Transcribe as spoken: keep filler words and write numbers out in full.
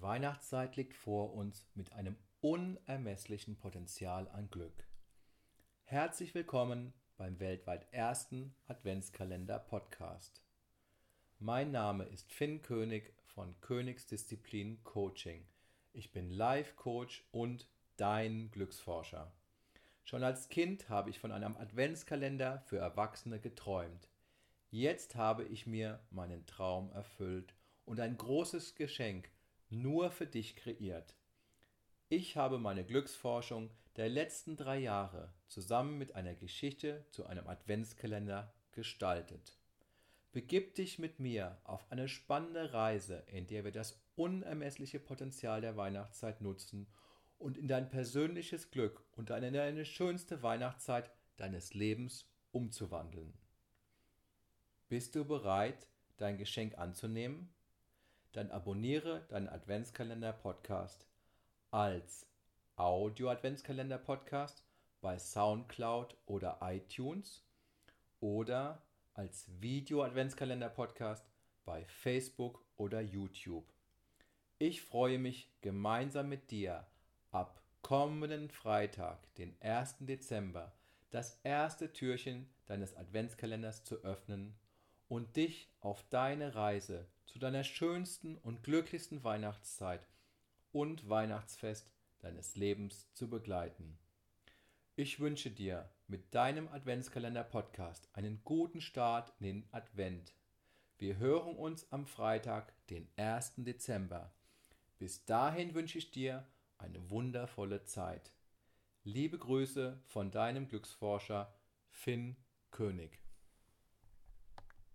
Weihnachtszeit liegt vor uns mit einem unermesslichen Potenzial an Glück. Herzlich willkommen beim weltweit ersten Adventskalender-Podcast. Mein Name ist Finn König von Königsdisziplin Coaching. Ich bin Life-Coach und dein Glücksforscher. Schon als Kind habe ich von einem Adventskalender für Erwachsene geträumt. Jetzt habe ich mir meinen Traum erfüllt und ein großes Geschenk nur für dich kreiert. Ich habe meine Glücksforschung der letzten drei Jahre zusammen mit einer Geschichte zu einem Adventskalender gestaltet. Begib dich mit mir auf eine spannende Reise, in der wir das unermessliche Potenzial der Weihnachtszeit nutzen und in dein persönliches Glück und in deine schönste Weihnachtszeit deines Lebens umzuwandeln. Bist du bereit, dein Geschenk anzunehmen? Dann abonniere deinen Adventskalender-Podcast als Audio-Adventskalender-Podcast bei SoundCloud oder iTunes oder als Video-Adventskalender-Podcast bei Facebook oder YouTube. Ich freue mich, gemeinsam mit dir ab kommenden Freitag, den ersten Dezember, das erste Türchen deines Adventskalenders zu öffnen und dich auf deine Reise zu deiner schönsten und glücklichsten Weihnachtszeit und Weihnachtsfest deines Lebens zu begleiten. Ich wünsche dir mit deinem Adventskalender-Podcast einen guten Start in den Advent. Wir hören uns am Freitag, den ersten Dezember. Bis dahin wünsche ich dir eine wundervolle Zeit. Liebe Grüße von deinem Glücksforscher Finn König.